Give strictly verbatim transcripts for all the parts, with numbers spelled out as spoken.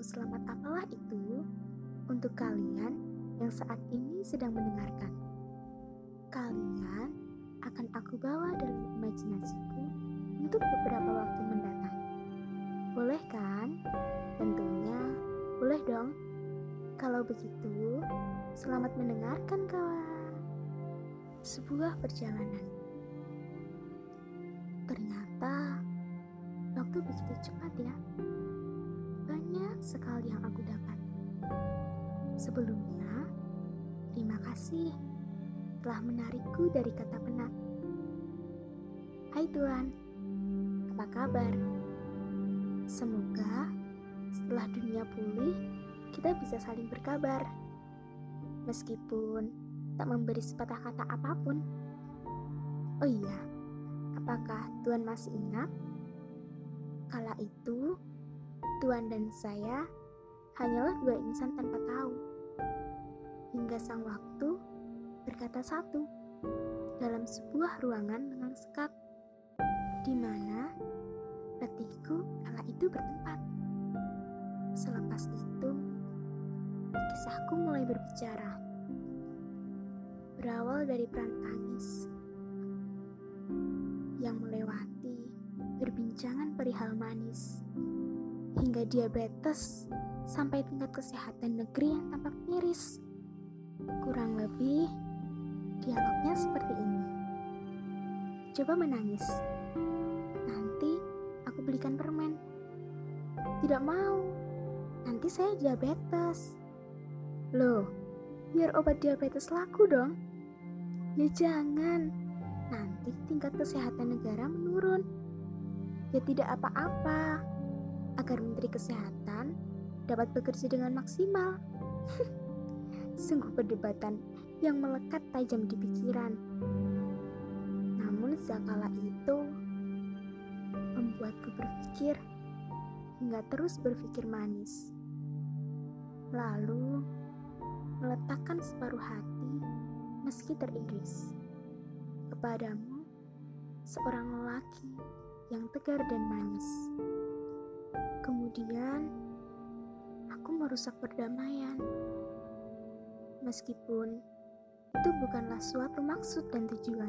selamat apalah itu untuk kalian yang saat ini sedang mendengarkan. Kalian akan aku bawa dalam imajinasiku untuk beberapa waktu mendatang. Boleh kan? Tentunya boleh dong. Kalau begitu, selamat mendengarkan kawan. Sebuah perjalanan. Ternyata waktu begitu cepat ya. Banyak sekali yang aku dapat. Sebelumnya, terima kasih telah menarikku dari kata penat. Hai Tuhan, apa kabar? Semoga setelah dunia pulih, kita bisa saling berkabar. Meskipun tak memberi sepatah kata apapun. Oh iya, apakah Tuhan masih ingat? Kala itu, Tuhan dan saya hanyalah dua insan tanpa tahu. Hingga sang waktu berkata satu dalam sebuah ruangan dengan sekat, di mana hatiku kala itu bertempat. Selepas itu, kisahku mulai berbicara. Berawal dari peran tangis yang melewati perbincangan perihal manis, hingga diabetes sampai tingkat kesehatan negeri yang tampak miris. Kurang lebih, dialognya seperti ini. Coba menangis. Nanti aku belikan permen. Tidak mau. Nanti saya diabetes. Loh, biar obat diabetes laku dong. Ya jangan. Nanti tingkat kesehatan negara menurun. Ya tidak apa-apa. Agar Menteri Kesehatan dapat bekerja dengan maksimal. Sungguh perdebatan yang melekat tajam di pikiran. Namun sekala itu membuatku berpikir hingga terus berpikir manis. Lalu meletakkan separuh hati meski teriris kepadamu, seorang lelaki yang tegar dan manis. Kemudian aku merusak perdamaian. Meskipun itu bukanlah suatu maksud dan tujuan.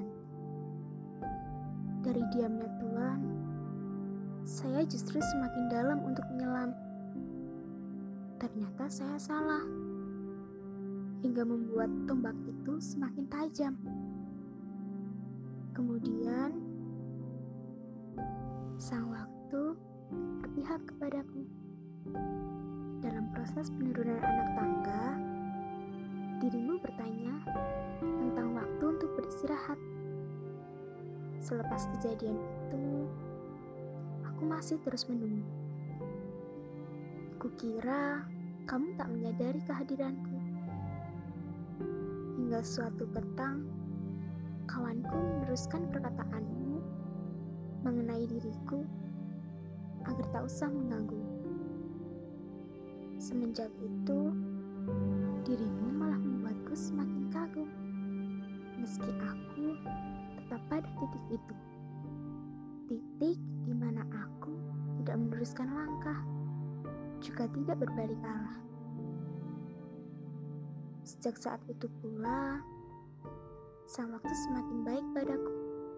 Dari diamnya Tuhan, saya justru semakin dalam untuk menyelam. Ternyata saya salah, hingga membuat tombak itu semakin tajam. Kemudian, sang waktu berpihak kepadaku. Dalam proses penurunan anak tangga, dirimu bertanya tentang waktu untuk beristirahat. Selepas kejadian itu, aku masih terus menunggu. Kukira kamu tak menyadari kehadiranku. Hingga suatu petang, kawanku meneruskan perkataanmu mengenai diriku agar tak usah mengganggu. Semenjak itu, dirimu malah membuatku semakin kagum. Meski aku tetap pada titik itu. Titik di mana aku tidak meneruskan langkah, juga tidak berbalik arah. Sejak saat itu pula, sang waktu semakin baik padaku.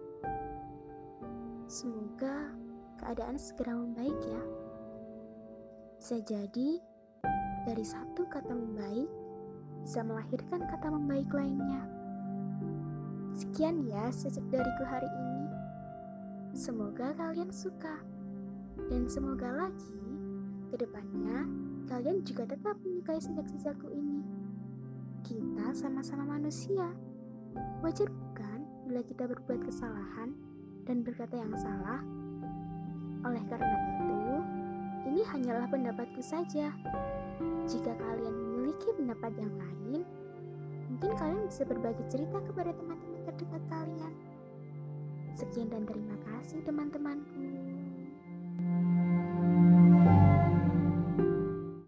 Semoga keadaan segera membaik ya. Bisa jadi dari satu kata membaik bisa melahirkan kata membaik lainnya. Sekian ya sejak dariku hari ini. Semoga kalian suka. Dan semoga lagi kedepannya kalian juga tetap menyukai sejak-sejakku ini. Kita sama-sama manusia. Wajar bukan bila kita berbuat kesalahan dan berkata yang salah? Oleh karena itu, ini hanyalah pendapatku saja. Jika kalian memiliki pendapat yang lain, mungkin kalian bisa berbagi cerita kepada teman-teman terdekat kalian. Sekian dan terima kasih teman-temanku.